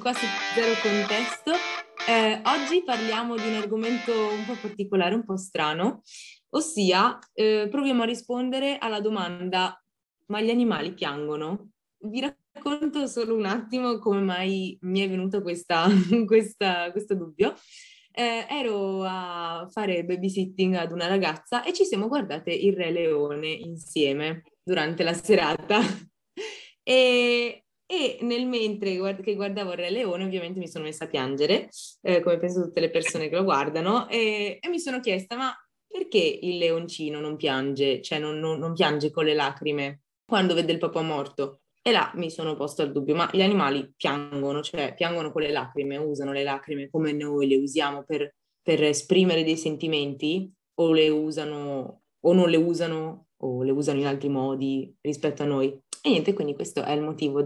qua su Zero Contesto. Oggi parliamo di un argomento un po' particolare, un po' strano, ossia proviamo a rispondere alla domanda: ma gli animali piangono? Vi racconto solo un attimo come mai mi è venuto questo dubbio. Ero a fare babysitting ad una ragazza e ci siamo guardate Il Re Leone insieme durante la serata. E nel mentre che guardavo Il Re Leone, ovviamente mi sono messa a piangere, come penso tutte le persone che lo guardano, e mi sono chiesta: ma perché il leoncino non piange, cioè non piange con le lacrime quando vede il papà morto? E là mi sono posto il dubbio: ma gli animali piangono, cioè piangono con le lacrime, usano le lacrime come noi le usiamo per esprimere dei sentimenti, o le usano, o non le usano, o le usano in altri modi rispetto a noi? E niente, quindi questo è il motivo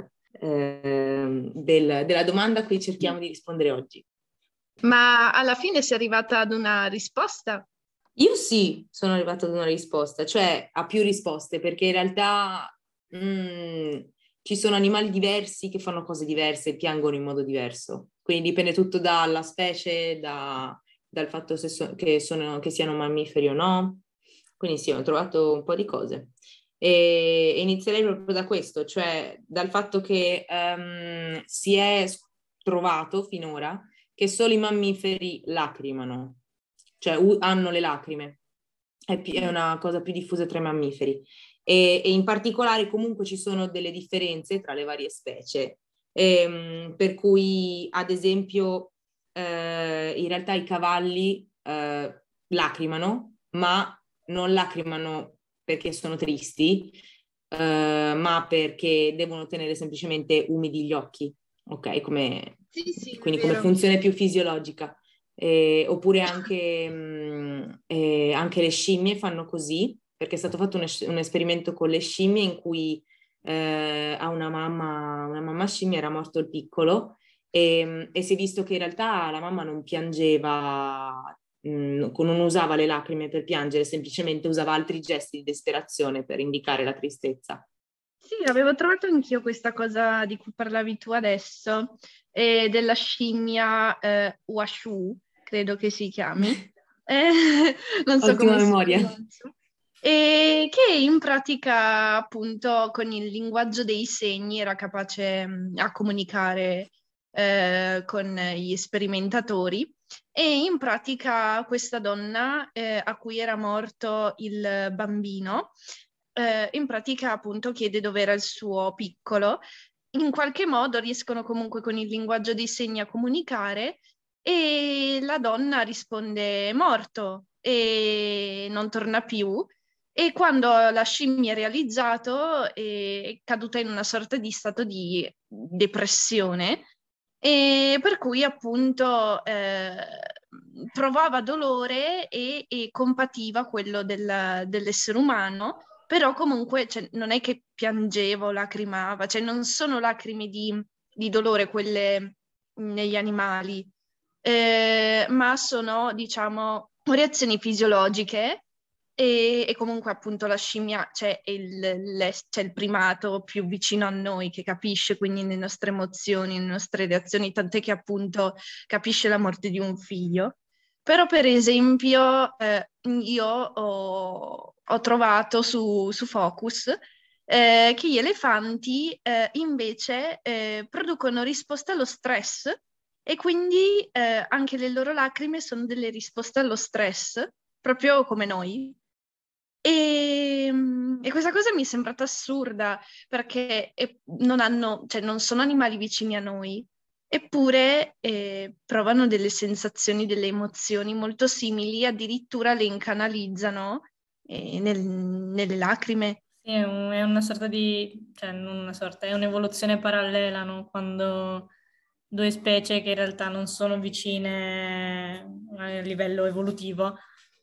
della domanda a cui cerchiamo di rispondere oggi. Ma alla fine sei arrivata ad una risposta? Io sì, sono arrivata ad una risposta, cioè a più risposte, perché in realtà ci sono animali diversi che fanno cose diverse e piangono in modo diverso. Quindi dipende tutto dalla specie, dal fatto che siano mammiferi o no. Quindi sì, ho trovato un po' di cose. E inizierei proprio da questo, cioè dal fatto che si è trovato finora che solo i mammiferi lacrimano, cioè hanno le lacrime. È una cosa più diffusa tra i mammiferi. E in particolare comunque ci sono delle differenze tra le varie specie, per cui ad esempio in realtà i cavalli lacrimano, ma non lacrimano perché sono tristi, ma perché devono tenere semplicemente umidi gli occhi, ok? Sì, è Quindi come vero. funzione più fisiologica. Oppure anche le scimmie fanno così, perché è stato fatto un esperimento con le scimmie in cui a una mamma scimmia era morto il piccolo, e si è visto che in realtà la mamma non piangeva, non usava le lacrime per piangere, semplicemente usava altri gesti di desperazione per indicare la tristezza. Sì, avevo trovato anch'io questa cosa di cui parlavi tu adesso, della scimmia Washu, credo che si chiami. Eh, non so Ottima come si memoria. pronuncia. E che in pratica, appunto, con il linguaggio dei segni era capace a comunicare con gli sperimentatori. E in pratica questa donna a cui era morto il bambino, in pratica appunto chiede dove era il suo piccolo. In qualche modo riescono comunque con il linguaggio dei segni a comunicare e la donna risponde morto e non torna più. E quando la scimmia ha realizzato è caduta in una sorta di stato di depressione e per cui appunto provava dolore e compativa quello dell'essere umano, però comunque cioè, non è che piangeva o lacrimava, cioè non sono lacrime di dolore quelle negli animali, ma sono diciamo reazioni fisiologiche e comunque appunto la scimmia c'è il primato più vicino a noi che capisce quindi le nostre emozioni, le nostre reazioni, tant'è che appunto capisce la morte di un figlio. Però per esempio io ho trovato su Focus che gli elefanti invece producono risposta allo stress e quindi anche le loro lacrime sono delle risposte allo stress, proprio come noi. E questa cosa mi è sembrata assurda perché non hanno, cioè non sono animali vicini a noi, eppure provano delle sensazioni, delle emozioni molto simili, addirittura le incanalizzano nelle lacrime. Sì, è una sorta di, cioè non una sorta, è un'evoluzione parallela, no? Quando due specie che in realtà non sono vicine a livello evolutivo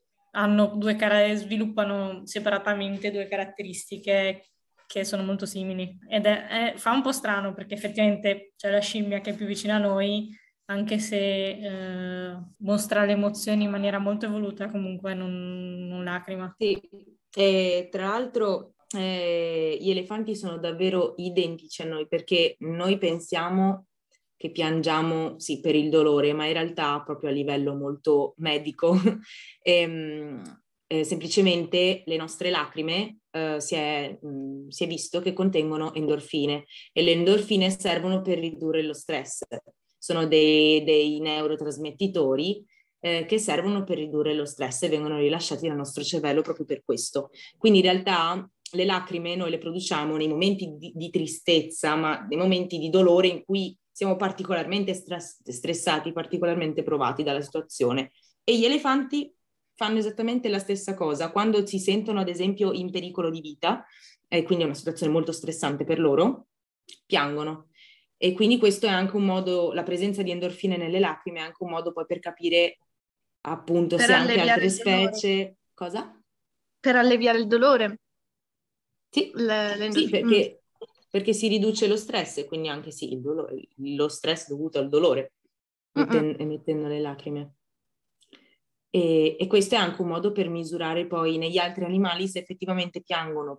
sviluppano separatamente due caratteristiche che sono molto simili. Ed fa un po' strano perché effettivamente c'è la scimmia che è più vicina a noi, anche se mostra le emozioni in maniera molto evoluta, comunque non lacrima. Sì, e tra l'altro gli elefanti sono davvero identici a noi perché noi pensiamo che piangiamo sì per il dolore, ma in realtà proprio a livello molto medico, semplicemente le nostre lacrime si è visto che contengono endorfine e le endorfine servono per ridurre lo stress. Sono dei neurotrasmettitori che servono per ridurre lo stress e vengono rilasciati dal nostro cervello proprio per questo. Quindi in realtà le lacrime noi le produciamo nei momenti di tristezza, ma nei momenti di dolore in cui siamo particolarmente stressati, particolarmente provati dalla situazione. E gli elefanti fanno esattamente la stessa cosa. Quando si sentono, ad esempio, in pericolo di vita, quindi è una situazione molto stressante per loro, piangono. E quindi questo è anche un modo, la presenza di endorfine nelle lacrime è anche un modo poi per capire appunto Per se anche alleviare altre il dolore. specie... Cosa? Per alleviare il dolore, Sì, sì, Mm. perché si riduce lo stress e quindi anche sì, lo stress dovuto al dolore, Mm-mm. emettendo le lacrime. E questo è anche un modo per misurare poi negli altri animali se effettivamente piangono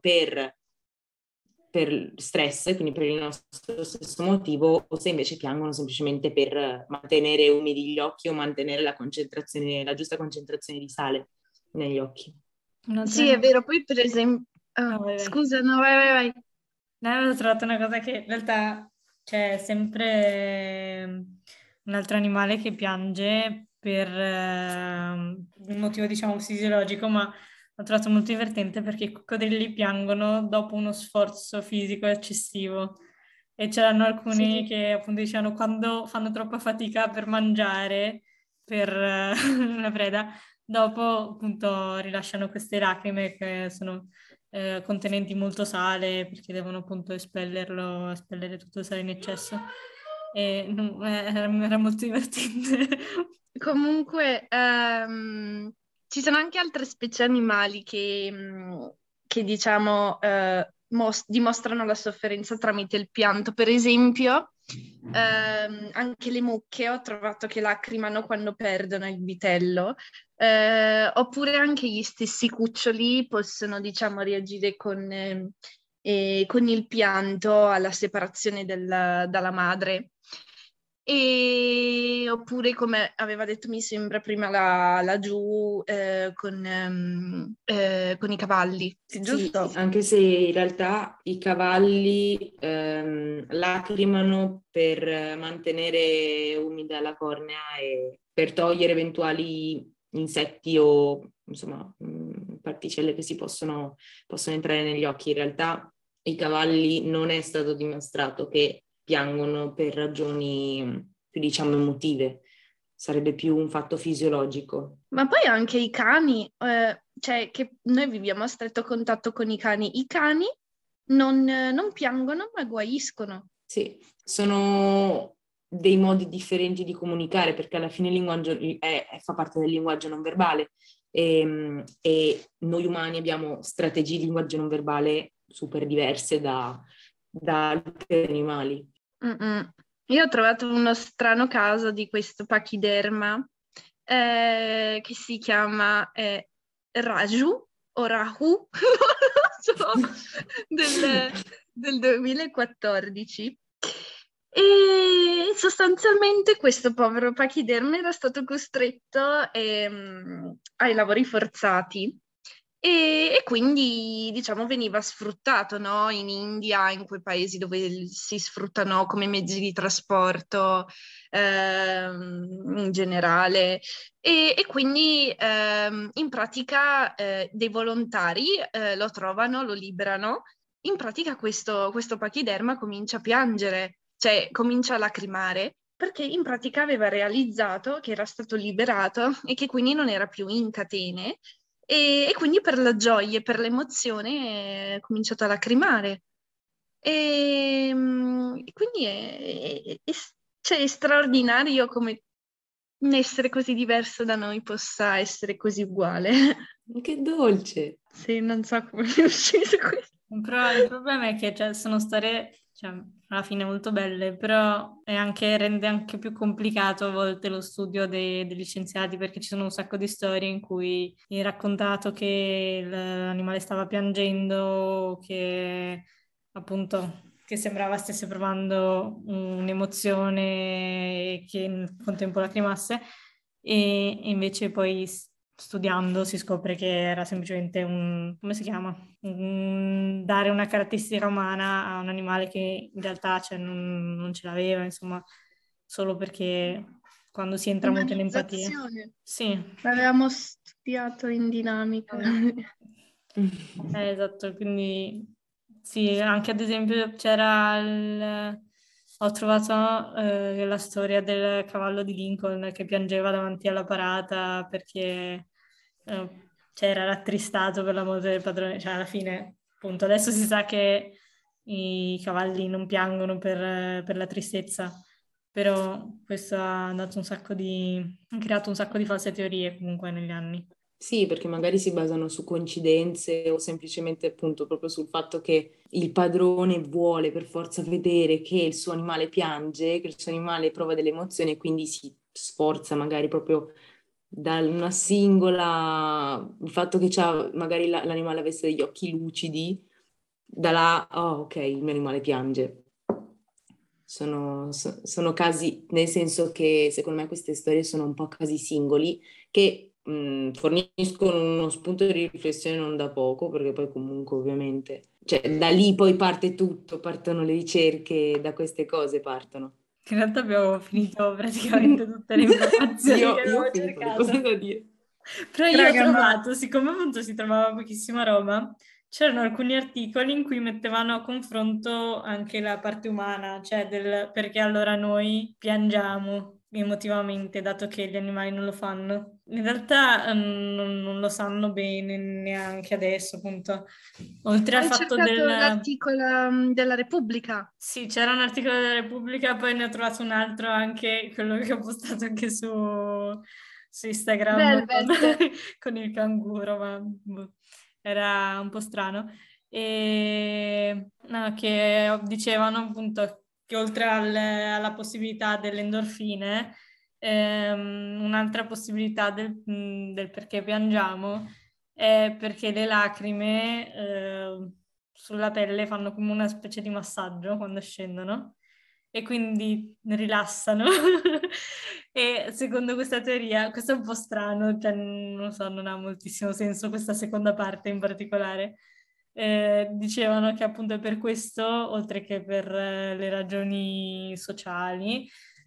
per stress, quindi per il nostro stesso motivo, o se invece piangono semplicemente per mantenere umidi gli occhi o mantenere la concentrazione, la giusta concentrazione di sale negli occhi. Sì, è vero. Poi per esempio... Vai. Scusa, no, vai. No, ho trovato una cosa che in realtà c'è sempre un altro animale che piange per un motivo, diciamo, fisiologico, ma l'ho trovato molto divertente perché i coccodrilli piangono dopo uno sforzo fisico eccessivo. E c'erano alcuni Sì. che appunto dicevano quando fanno troppa fatica per mangiare, per una preda, dopo appunto rilasciano queste lacrime che sono contenenti molto sale perché devono appunto espellere tutto il sale in eccesso. E era molto divertente. Comunque, ci sono anche altre specie animali che diciamo, dimostrano la sofferenza tramite il pianto. Per esempio, anche le mucche ho trovato che lacrimano quando perdono il vitello, oppure anche gli stessi cuccioli possono, diciamo, reagire con il pianto alla separazione dalla madre. E oppure, come aveva detto, mi sembra prima laggiù con i cavalli, sì, Sì, giusto? anche se in realtà i cavalli lacrimano per mantenere umida la cornea e per togliere eventuali insetti o insomma particelle che possono entrare negli occhi. In realtà i cavalli non è stato dimostrato che piangono per ragioni più diciamo emotive, sarebbe più un fatto fisiologico. Ma poi anche i cani, cioè che noi viviamo a stretto contatto con i cani non piangono ma guaiscono. Sì, sono dei modi differenti di comunicare perché alla fine il linguaggio fa parte del linguaggio non verbale e noi umani abbiamo strategie di linguaggio non verbale super diverse da altri animali. Mm-mm. Io ho trovato uno strano caso di questo pachiderma che si chiama Raju o Rahu, non lo so, del 2014. E sostanzialmente questo povero pachiderma era stato costretto ai lavori forzati e quindi, diciamo, veniva sfruttato, no? In India, in quei paesi dove si sfruttano come mezzi di trasporto in generale. E quindi in pratica dei volontari lo trovano, lo liberano. In pratica questo pachiderma comincia a piangere, cioè comincia a lacrimare, perché in pratica aveva realizzato che era stato liberato e che quindi non era più in catene e quindi per la gioia e per l'emozione è cominciato a lacrimare. Quindi cioè, è straordinario come un essere così diverso da noi possa essere così uguale. Che dolce! Sì, non so come è uscito questo. Il problema è che cioè, sono storie, cioè, alla fine molto belle, però rende anche più complicato a volte lo studio degli scienziati perché ci sono un sacco di storie in cui è raccontato che l'animale stava piangendo, che appunto che sembrava stesse provando un'emozione che nel contempo lacrimasse, e invece poi studiando si scopre che era semplicemente come si chiama? Dare una caratteristica umana a un animale che in realtà non ce l'aveva, insomma, solo perché quando si entra molto in empatia. Sì. L'avevamo studiato in dinamica. Esatto, quindi sì, anche ad esempio ho trovato la storia del cavallo di Lincoln che piangeva davanti alla parata perché era rattristato per la morte del padrone, cioè alla fine, appunto, adesso si sa che i cavalli non piangono per la tristezza, però questo ha creato un sacco di false teorie comunque negli anni. Sì, perché magari si basano su coincidenze o semplicemente appunto proprio sul fatto che il padrone vuole per forza vedere che il suo animale piange, che il suo animale prova delle emozioni e quindi si sforza magari proprio da una singola, il fatto che magari l'animale avesse degli occhi lucidi, da là, oh ok, il mio animale piange. Sono casi, nel senso che secondo me queste storie sono un po' casi singoli che forniscono uno spunto di riflessione non da poco, perché poi comunque ovviamente, cioè da lì poi parte tutto, partono le ricerche, da queste cose partono. In realtà abbiamo finito praticamente tutte le informazioni che avevo cercato. Le cose da dire. Però io ho trovato, siccome appunto si trovava pochissima roba, c'erano alcuni articoli in cui mettevano a confronto anche la parte umana, cioè perché allora noi piangiamo emotivamente, dato che gli animali non lo fanno. In realtà non lo sanno bene neanche adesso, appunto. Oltre al fatto l'articolo della Repubblica. Sì, c'era un articolo della Repubblica, poi ne ho trovato un altro, anche quello che ho postato anche su Instagram con il canguro, ma era un po' strano. E no, che dicevano appunto che oltre alla possibilità delle endorfine, un'altra possibilità del perché piangiamo è perché le lacrime sulla pelle fanno come una specie di massaggio quando scendono e quindi rilassano. E secondo questa teoria, questo è un po' strano, cioè non so, non ha moltissimo senso questa seconda parte in particolare. Dicevano che appunto è per questo, oltre che per le ragioni sociali,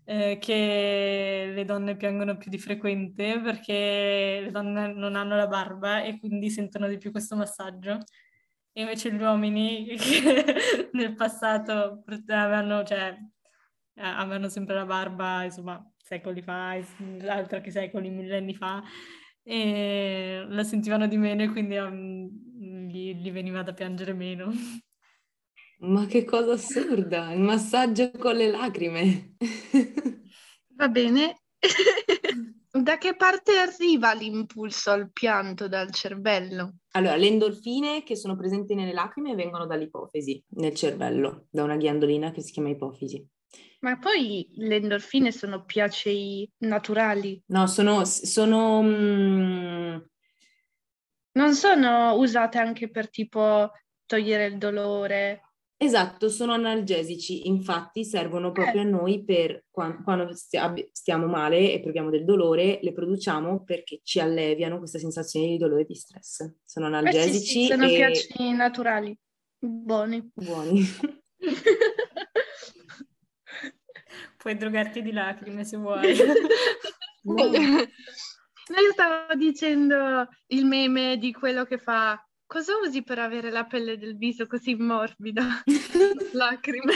che le donne piangono più di frequente perché le donne non hanno la barba e quindi sentono di più questo massaggio. E invece gli uomini che nel passato avevano sempre la barba, insomma, secoli fa, altro che secoli, millenni fa, e la sentivano di meno e quindi gli veniva da piangere meno. Ma che cosa assurda, il massaggio con le lacrime. Va bene. Da che parte arriva l'impulso al pianto dal cervello? Allora, le endorfine che sono presenti nelle lacrime vengono dall'ipofisi, nel cervello, da una ghiandolina che si chiama ipofisi. Ma poi le endorfine sono piaceri naturali? No, non sono usate anche per tipo togliere il dolore? Esatto, sono analgesici, infatti servono proprio a noi per quando stiamo male e proviamo del dolore, le produciamo perché ci alleviano questa sensazione di dolore e di stress. Sono analgesici sì, sono piaceri naturali, buoni. Puoi drogarti di lacrime se vuoi. No. Noi stavo dicendo il meme di quello che fa: cosa usi per avere la pelle del viso così morbida? Lacrime.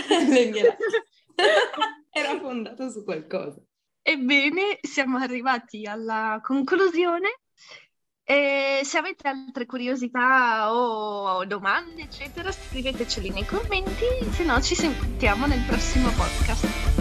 Era fondato su qualcosa. Ebbene, siamo arrivati alla conclusione. E se avete altre curiosità o domande, eccetera, scriveteceli nei commenti, se no ci sentiamo nel prossimo podcast.